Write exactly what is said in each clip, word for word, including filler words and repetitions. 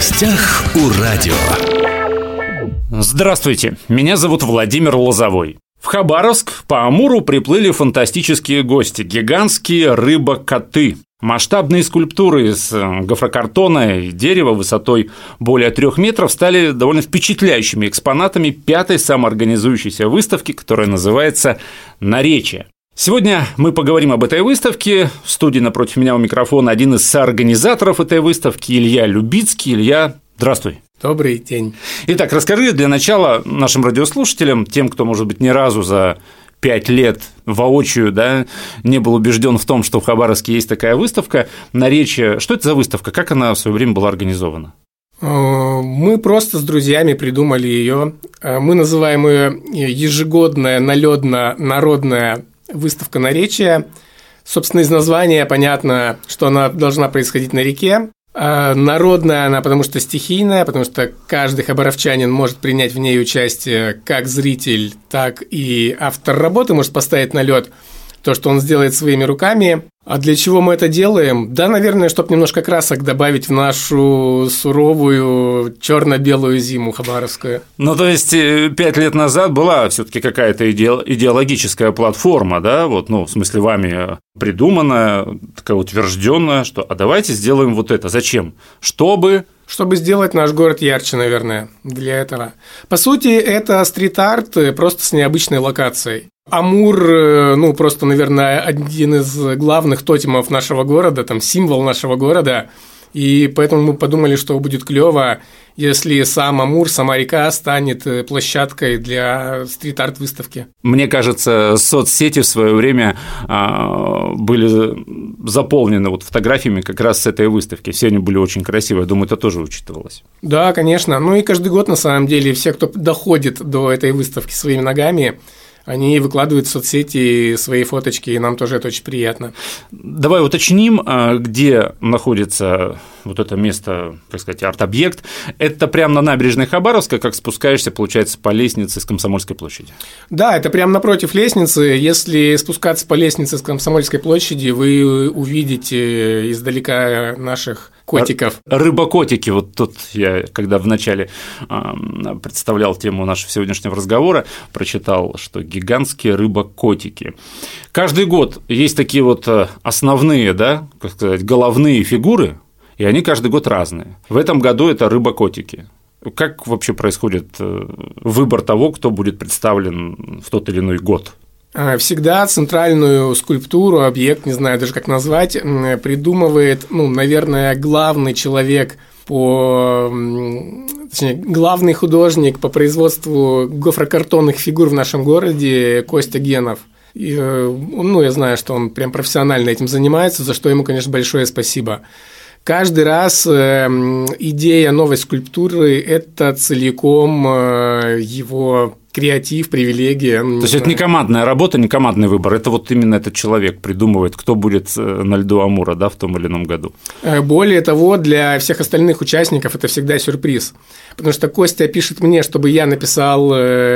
гостях у радио. Здравствуйте, меня зовут Владимир Лозовой. В Хабаровск по Амуру приплыли фантастические гости – гигантские рыбокоты. Масштабные скульптуры из гофрокартона и дерева высотой более трех метров стали довольно впечатляющими экспонатами пятой самоорганизующейся выставки, которая называется «Наречие». Сегодня мы поговорим об этой выставке. В студии напротив меня у микрофона один из соорганизаторов этой выставки Илья Любицкий. Илья, здравствуй. Добрый день. Итак, расскажи для начала нашим радиослушателям, тем, кто, может быть, ни разу за пять лет воочию, да, не был убежден в том, что в Хабаровске есть такая выставка «Наречие». Что это за выставка? Как она в свое время была организована? Мы просто с друзьями придумали ее. Мы называем ее ежегодная налёдно-народная выставка «Наречие». Собственно, из названия понятно, что она должна происходить на реке. А народная она, потому что стихийная, потому что каждый хабаровчанин может принять в ней участие как зритель, так и автор работы может поставить на лед то, что он сделает своими руками. А для чего мы это делаем? Да, наверное, чтобы немножко красок добавить в нашу суровую черно-белую зиму хабаровскую. Ну, то есть, пять лет назад была все-таки какая-то идеологическая платформа, да, вот, ну, в смысле, вами придуманная, такая утвержденная, что а давайте сделаем вот это. Зачем? Чтобы… Чтобы сделать наш город ярче, наверное, для этого. По сути, это стрит-арт, просто с необычной локацией. Амур, ну, просто, наверное, один из главных тотемов нашего города, там, символ нашего города, и поэтому мы подумали, что будет клево, если сам Амур, сама река станет площадкой для стрит-арт-выставки. Мне кажется, соцсети в свое время были заполнены вот фотографиями как раз с этой выставки. Все они были очень красивые, я думаю, это тоже учитывалось. Да, конечно. Ну и каждый год, на самом деле, все, кто доходит до этой выставки своими ногами, они выкладывают в соцсети свои фоточки, и нам тоже это очень приятно. Давай уточним, где находится вот это место, так сказать, арт-объект. Это прямо на набережной Хабаровска, как спускаешься, получается, по лестнице с Комсомольской площади? Да, это прямо напротив лестницы. Если спускаться по лестнице с Комсомольской площади, вы увидите издалека наших котиков. Рыбокотики. Вот тут я, когда вначале представлял тему нашего сегодняшнего разговора, прочитал, что гигантские рыбокотики. Каждый год есть такие вот основные, да, как сказать, головные фигуры, и они каждый год разные. В этом году это рыбокотики. Как вообще происходит выбор того, кто будет представлен в тот или иной год? Всегда центральную скульптуру, объект, не знаю даже как назвать, придумывает, ну, наверное, главный человек по… Точнее, главный художник по производству гофрокартонных фигур в нашем городе Костя Генов. И, ну, я знаю, что он прям профессионально этим занимается, за что ему, конечно, большое спасибо. Каждый раз идея новой скульптуры – это целиком его креатив, привилегия. То есть, это не командная работа, не командный выбор, это вот именно этот человек придумывает, кто будет на льду Амура, да, в том или ином году. Более того, для всех остальных участников это всегда сюрприз, потому что Костя пишет мне, чтобы я написал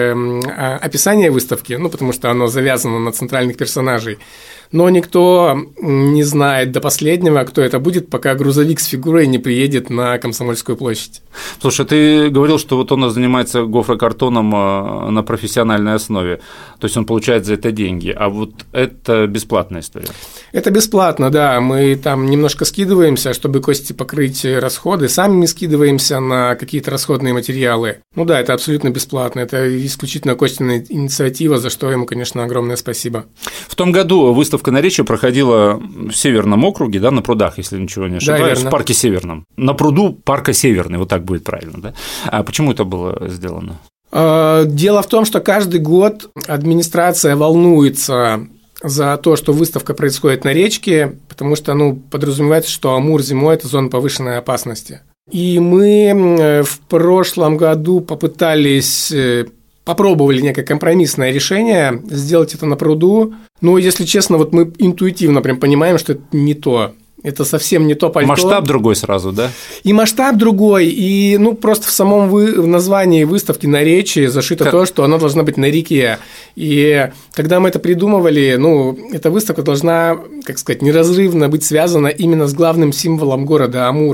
описание выставки, ну, потому что оно завязано на центральных персонажей, но никто не знает до последнего, кто это будет, пока грузовик с фигурой не приедет на Комсомольскую площадь. Слушай, ты говорил, что вот он занимается гофрокартоном на профессиональной основе, то есть он получает за это деньги, а вот это бесплатная история? Это бесплатно, да, мы там немножко скидываемся, чтобы Косте покрыть расходы, сами не скидываемся на какие-то расходные материалы. Ну да, это абсолютно бесплатно, это исключительно Костина инициатива, за что ему, конечно, огромное спасибо. В том году выставка «Наречие» проходила в Северном округе, да, на прудах, если ничего не ошибаюсь, да, в парке Северном. На пруду парка Северный, вот так будет правильно, да? А почему это было сделано? Дело в том, что каждый год администрация волнуется за то, что выставка происходит на речке, потому что, ну, подразумевается, что Амур зимой – это зона повышенной опасности. И мы в прошлом году попытались… Попробовали некое компромиссное решение сделать это на пруду, но, если честно, вот мы интуитивно прям понимаем, что это не то. Это совсем не то пальто. Масштаб другой сразу, да? И масштаб другой, и ну просто в самом вы... в названии выставки «Наречие» зашито как... то, что она должна быть на реке. И когда мы это придумывали, ну, эта выставка должна, как сказать, неразрывно быть связана именно с главным символом города Амуром.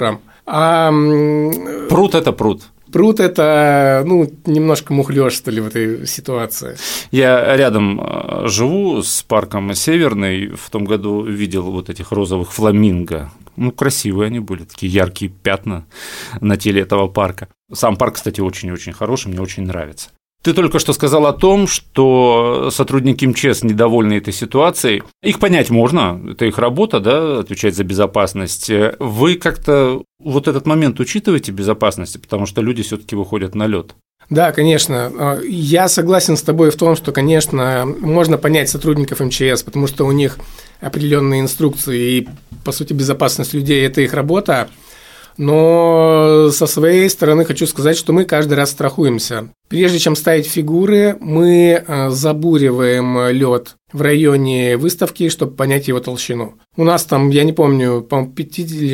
А... Пруд – это пруд. Пруд – это, ну, немножко мухлёж, что ли, в этой ситуации. Я рядом живу с парком Северный, в том году видел вот этих розовых фламинго. Ну, красивые они были, такие яркие пятна на теле этого парка. Сам парк, кстати, очень-очень хороший, мне очень нравится. Ты только что сказал о том, что сотрудники МЧС недовольны этой ситуацией. Их понять можно, это их работа, да, отвечать за безопасность. Вы как-то вот этот момент учитываете безопасности, потому что люди все-таки выходят на лед? Да, конечно. Я согласен с тобой в том, что, конечно, можно понять сотрудников МЧС, потому что у них определенные инструкции, и, по сути, безопасность людей – это их работа. Но со своей стороны хочу сказать, что мы каждый раз страхуемся. Прежде чем ставить фигуры, мы забуриваем лед в районе выставки, чтобы понять его толщину. У нас там, я не помню, по-моему, пятьдесят или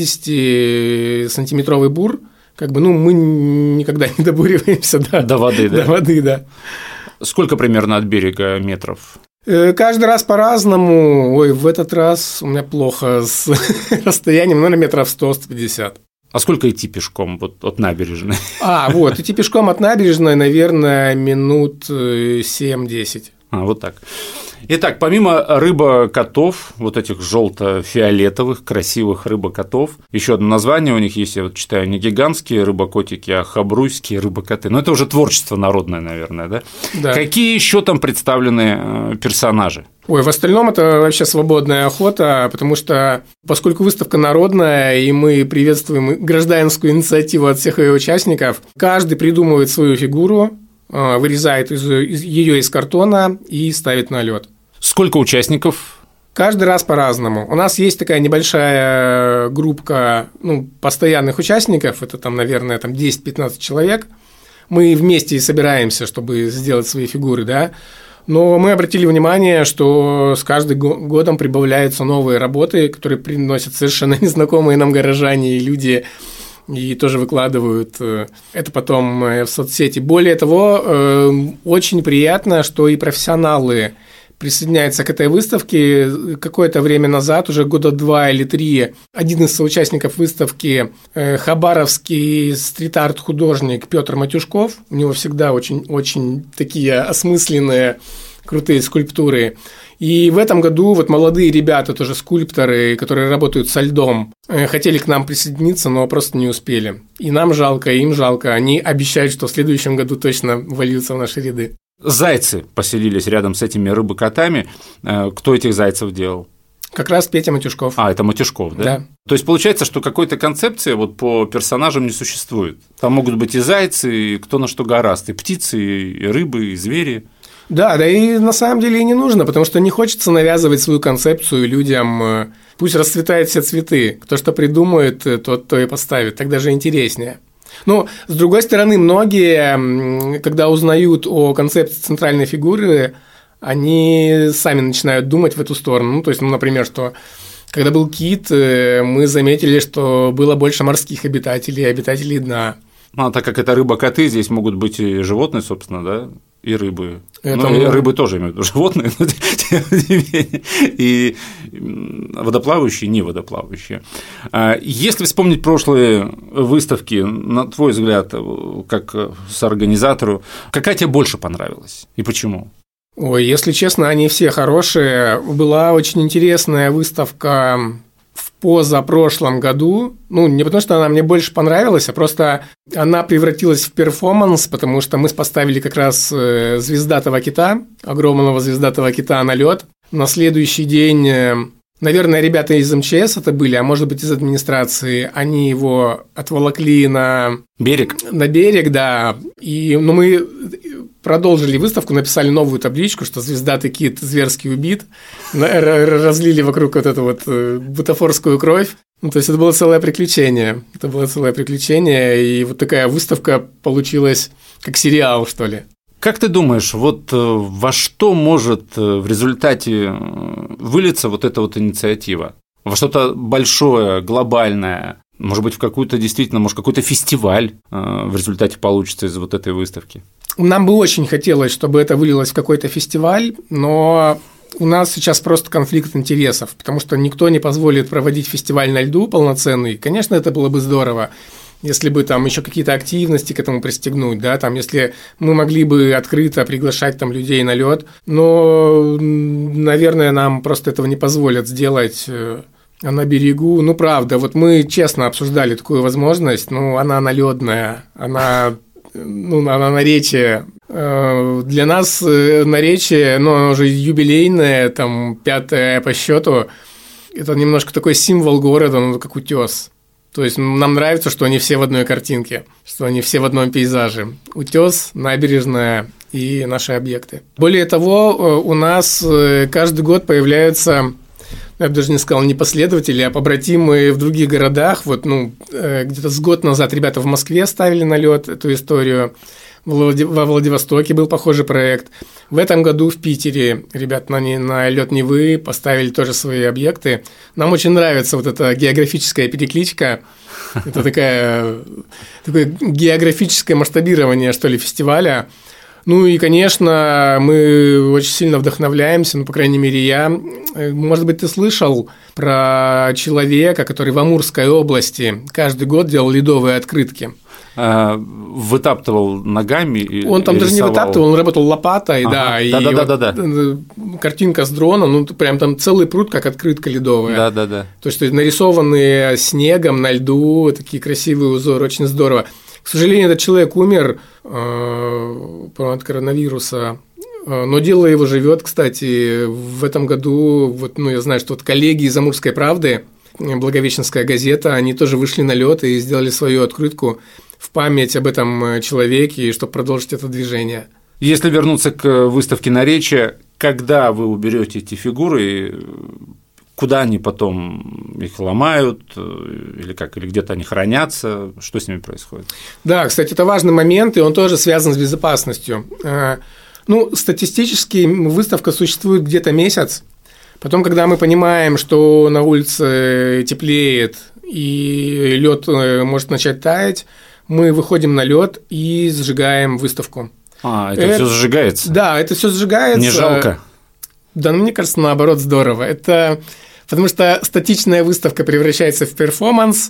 шестьдесят сантиметровый бур. Как бы, ну, мы никогда не добуриваемся до, до воды, да? До воды, да. Сколько примерно от берега метров? Каждый раз по-разному. Ой, в этот раз у меня плохо с расстоянием, наверное, метров сто - сто пятьдесят. А сколько идти пешком вот от набережной? А, вот, идти пешком от набережной, наверное, минут семь-десять. А, вот так. Итак, помимо рыбокотов, вот этих желто-фиолетовых, красивых рыбокотов, еще одно название у них есть, я вот читаю, не гигантские рыбокотики, а хабруйские рыбокоты. Но это уже творчество народное, наверное, да? Да. Какие еще там представлены персонажи? Ой, в остальном это вообще свободная охота, потому что, поскольку выставка народная, и мы приветствуем гражданскую инициативу от всех ее участников, каждый придумывает свою фигуру, вырезает из, из, ее из картона и ставит на лед. Сколько участников? Каждый раз по-разному. У нас есть такая небольшая группа, ну, постоянных участников, это там, наверное, там десять-пятнадцать человек. Мы вместе собираемся, чтобы сделать свои фигуры, да. Но мы обратили внимание, что с каждым годом прибавляются новые работы, которые приносят совершенно незнакомые нам горожане и люди, и тоже выкладывают это потом в соцсети. Более того, очень приятно, что и профессионалы присоединяются к этой выставке. Какое-то время назад, уже года два или три, один из соучастников выставки, хабаровский стрит-арт-художник Петр Матюшков, у него всегда очень-очень такие осмысленные, крутые скульптуры. И в этом году вот молодые ребята, тоже скульпторы, которые работают со льдом, хотели к нам присоединиться, но просто не успели. И нам жалко, и им жалко. Они обещают, что в следующем году точно вольются в наши ряды. Зайцы поселились рядом с этими рыбокотами. Кто этих зайцев делал? Как раз Петя Матюшков. А, это Матюшков, да? Да. То есть получается, что какой-то концепции вот по персонажам не существует. Там могут быть и зайцы, и кто на что гораст, и птицы, и рыбы, и звери. Да, да и на самом деле и не нужно, потому что не хочется навязывать свою концепцию людям. Пусть расцветают все цветы. Кто что придумает, тот то и поставит. Так даже интереснее. Ну, с другой стороны, многие, когда узнают о концепции центральной фигуры, они сами начинают думать в эту сторону. Ну, то есть, ну, например, что когда был кит, мы заметили, что было больше морских обитателей, обитателей дна. Ну, а так как это рыба-коты, здесь могут быть и животные, собственно, да, и рыбы. Это... Ну, и рыбы тоже имеют в виду животные, но тем не менее. И водоплавающие, не водоплавающие. Если вспомнить прошлые выставки, на твой взгляд, как соорганизатору, какая тебе больше понравилась и почему? Ой, если честно, они все хорошие. Была очень интересная выставка в позапрошлом году. Ну, не потому, что она мне больше понравилась, а просто она превратилась в перформанс, потому что мы поставили как раз звездатого кита, огромного звездатого кита на лед. На следующий день, наверное, ребята из МЧС это были, а может быть из администрации, они его отволокли на берег. На берег, да. И, ну, мы продолжили выставку, написали новую табличку, что звездатый кит зверски убит, разлили вокруг вот эту вот бутафорскую кровь. Ну, то есть это было целое приключение. Это было целое приключение, и вот такая выставка получилась как сериал, что ли. Как ты думаешь, вот во что может в результате вылиться вот эта вот инициатива? Во что-то большое, глобальное? Может быть, в какую-то действительно, может, какой-то фестиваль в результате получится из вот этой выставки? Нам бы очень хотелось, чтобы это вылилось в какой-то фестиваль, но у нас сейчас просто конфликт интересов, потому что никто не позволит проводить фестиваль на льду полноценный. Конечно, это было бы здорово, если бы там еще какие-то активности к этому пристегнуть, да, там, если мы могли бы открыто приглашать там людей на лед, но, наверное, нам просто этого не позволят сделать на берегу. Ну, правда, вот мы честно обсуждали такую возможность, но она наледная, она, ну, она наречие. Для нас наречие, ну, оно уже юбилейное, там, пятое по счету, это немножко такой символ города, ну, как утес. То есть нам нравится, что они все в одной картинке, что они все в одном пейзаже. Утес, набережная и наши объекты. Более того, у нас каждый год появляются, я бы даже не сказал, не последователи, а побратимы в других городах. Вот, ну, где-то с год назад ребята в Москве ставили на лед эту историю. Во Владивостоке был похожий проект. В этом году в Питере ребята на, на лед Невы поставили тоже свои объекты. Нам очень нравится вот эта географическая перекличка. Это такая, такое географическое масштабирование, что ли, фестиваля. Ну и, конечно, мы очень сильно вдохновляемся, ну, по крайней мере, я. Может быть, ты слышал про человека, который в Амурской области каждый год делал ледовые открытки. Вытаптывал ногами. Он там и даже рисовал. не вытаптывал, он работал лопатой, ага. да. И да, да, вот да, да, да. Картинка с дроном, ну прям там целый пруд, как открытка ледовая. Да, да, да. То есть нарисованные снегом на льду, такие красивые узоры, очень здорово. К сожалению, этот человек умер э, от коронавируса. Но дело его живет, кстати, в этом году. Вот, ну, я знаю, что вот коллеги из «Амурской правды», Благовещенская газета, они тоже вышли на лед и сделали свою открытку в память об этом человеке, чтобы продолжить это движение. Если вернуться к выставке «Наречие», когда вы уберете эти фигуры, куда они потом их ломают, или как, или где-то они хранятся, что с ними происходит? Да, кстати, это важный момент, и он тоже связан с безопасностью. Ну, статистически выставка существует где-то месяц. Потом, когда мы понимаем, что на улице теплеет и лед может начать таять, мы выходим на лед и сжигаем выставку. А, это, это все сжигается? Да, это все сжигается. Не жалко? Да, ну, мне кажется, наоборот, здорово. Это потому что статичная выставка превращается в перформанс,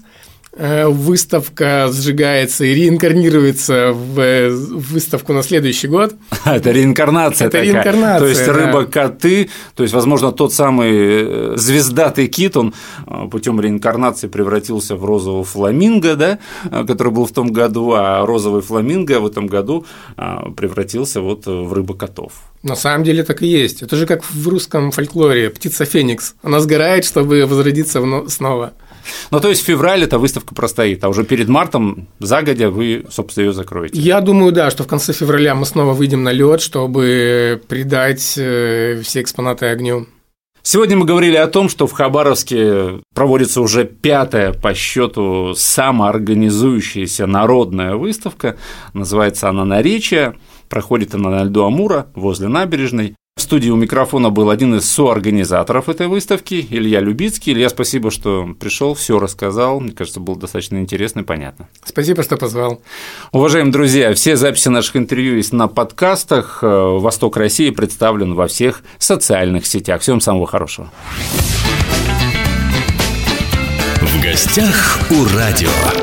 выставка сжигается и реинкарнируется в выставку на следующий год. Это реинкарнация Это такая. реинкарнация, то есть да. рыба-коты, то есть, возможно, тот самый звездатый кит, он путем реинкарнации превратился в розового фламинго, да, который был в том году, а розовый фламинго в этом году превратился вот в рыба-котов. На самом деле так и есть. Это же как в русском фольклоре птица Феникс. Она сгорает, чтобы возродиться снова. Ну, то есть в феврале эта выставка простоит, а уже перед мартом загодя вы, собственно, ее закроете. Я думаю, да, что в конце февраля мы снова выйдем на лед, чтобы придать все экспонаты огню. Сегодня мы говорили о том, что в Хабаровске проводится уже пятая по счету самоорганизующаяся народная выставка. Называется она «Наречие». Проходит она на льду Амура возле набережной. В студии у микрофона был один из соорганизаторов этой выставки, Илья Любицкий. Илья, спасибо, что пришел, все рассказал. Мне кажется, было достаточно интересно и понятно. Спасибо, что позвал. Уважаемые друзья, все записи наших интервью есть на подкастах. «Восток России» представлен во всех социальных сетях. Всем самого хорошего. В гостях у радио.